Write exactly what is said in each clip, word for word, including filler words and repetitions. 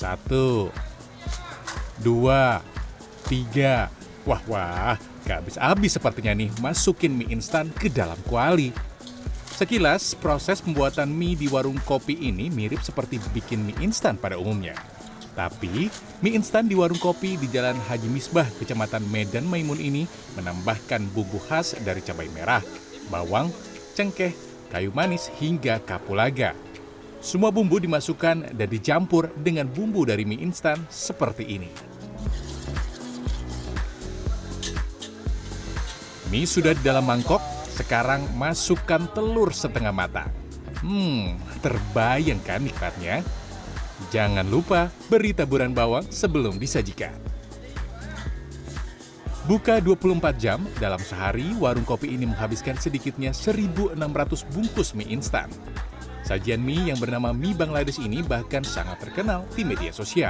Satu, dua, tiga. Wah, wah, gak habis-habis sepertinya nih masukin mie instan ke dalam kuali. Sekilas, proses pembuatan mie di warung kopi ini mirip seperti bikin mie instan pada umumnya. Tapi, mie instan di warung kopi di Jalan Haji Misbah, Kecamatan Medan Maimun ini menambahkan bumbu khas dari cabai merah, bawang, cengkeh, kayu manis, hingga kapulaga. Semua bumbu dimasukkan dan dicampur dengan bumbu dari mie instan seperti ini. Mie sudah di dalam mangkok, sekarang masukkan telur setengah matang. Hmm, terbayang kan nikmatnya? Jangan lupa beri taburan bawang sebelum disajikan. Buka dua puluh empat jam, dalam sehari warung kopi ini menghabiskan sedikitnya seribu enam ratus bungkus mie instan. Sajian mie yang bernama mie Bangladesh ini bahkan sangat terkenal di media sosial.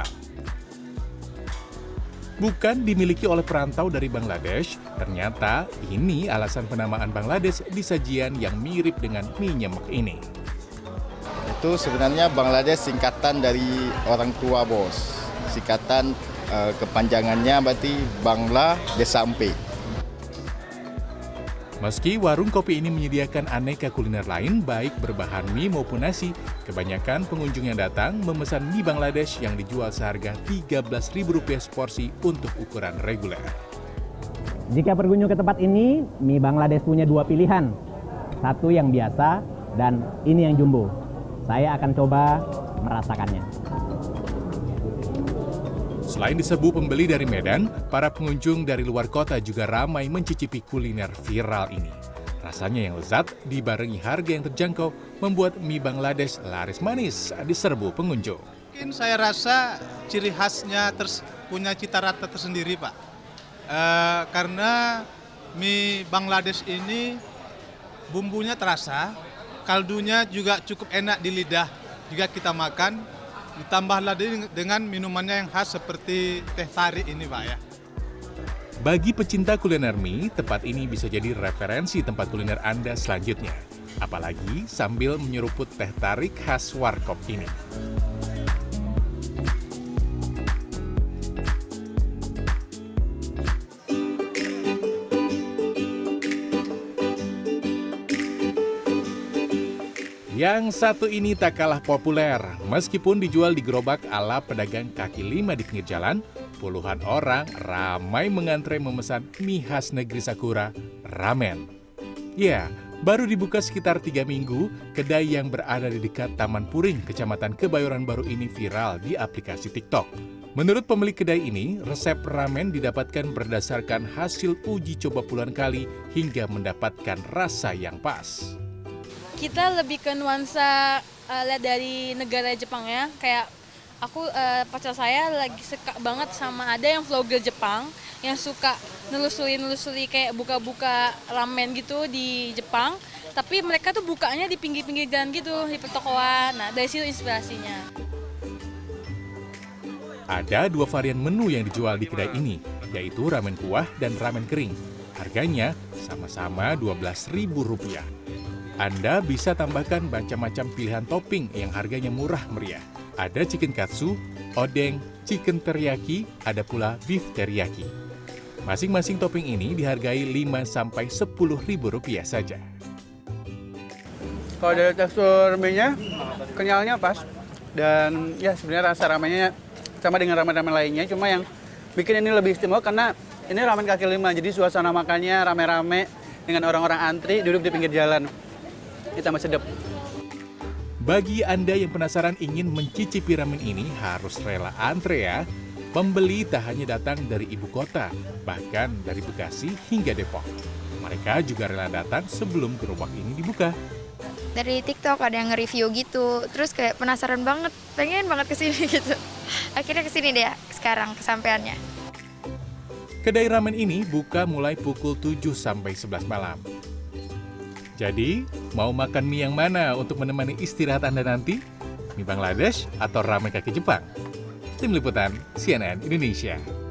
Bukan dimiliki oleh perantau dari Bangladesh, ternyata ini alasan penamaan Bangladesh di sajian yang mirip dengan mie nyemek ini. Itu sebenarnya Bangladesh singkatan dari orang tua bos. Singkatan eh, kepanjangannya berarti Bangla Desampe. Meski warung kopi ini menyediakan aneka kuliner lain baik berbahan mie maupun nasi, kebanyakan pengunjung yang datang memesan mie Bangladesh yang dijual seharga tiga belas ribu rupiah seporsi untuk ukuran reguler. Jika berkunjung ke tempat ini, mie Bangladesh punya dua pilihan. Satu yang biasa dan ini yang jumbo. Saya akan coba merasakannya. Selain diserbu pembeli dari Medan, para pengunjung dari luar kota juga ramai mencicipi kuliner viral ini. Rasanya yang lezat, dibarengi harga yang terjangkau, membuat mie Bangladesh laris manis diserbu pengunjung. Mungkin saya rasa ciri khasnya ters, punya cita rasa tersendiri, Pak. E, karena mie Bangladesh ini bumbunya terasa, kaldunya juga cukup enak di lidah jika kita makan. Ditambah lagi dengan minumannya yang khas seperti teh tarik ini, Pak ya. Bagi pecinta kuliner mie, tempat ini bisa jadi referensi tempat kuliner Anda selanjutnya. Apalagi sambil menyeruput teh tarik khas warkop ini. Yang satu ini tak kalah populer. Meskipun dijual di gerobak ala pedagang kaki lima di pinggir jalan, puluhan orang ramai mengantre memesan mie khas negeri Sakura, ramen. Ya, baru dibuka sekitar tiga minggu, kedai yang berada di dekat Taman Puring, Kecamatan Kebayoran Baru ini viral di aplikasi TikTok. Menurut pemilik kedai ini, resep ramen didapatkan berdasarkan hasil uji coba puluhan kali hingga mendapatkan rasa yang pas. Kita lebih ke nuansa uh, lihat dari negara Jepang ya, kayak aku uh, pacar saya lagi suka banget sama ada yang vlogger Jepang yang suka nelusuri-nelusuri kayak buka-buka ramen gitu di Jepang, tapi mereka tuh bukanya di pinggir-pinggir jalan gitu, di pertokoan. Nah, dari situ inspirasinya. Ada dua varian menu yang dijual di kedai ini, yaitu ramen kuah dan ramen kering. Harganya sama-sama dua belas ribu rupiah. Anda bisa tambahkan macam-macam pilihan topping yang harganya murah meriah. Ada chicken katsu, odeng, chicken teriyaki, ada pula beef teriyaki. Masing-masing topping ini dihargai lima sampai sepuluh ribu rupiah saja. Kalau dari tekstur mie-nya, kenyalnya pas. Dan ya sebenarnya rasa ramennya sama dengan ramen-ramen lainnya, cuma yang bikin ini lebih istimewa karena ini ramen kaki lima, jadi suasana makannya rame-rame dengan orang-orang antri duduk di pinggir jalan. Ini tambah sedap. Bagi Anda yang penasaran ingin mencicipi ramen ini harus rela antre ya. Pembeli tak hanya datang dari ibu kota, bahkan dari Bekasi hingga Depok. Mereka juga rela datang sebelum gerobak ini dibuka. Dari TikTok ada yang nge-review gitu, terus kayak penasaran banget, pengen banget kesini gitu. Akhirnya kesini deh sekarang kesampaiannya. Kedai ramen ini buka mulai pukul tujuh sampai sebelas malam. Jadi, mau makan mie yang mana untuk menemani istirahat Anda nanti? Mie Bangladesh atau ramen kaki Jepang? Tim Liputan C N N Indonesia.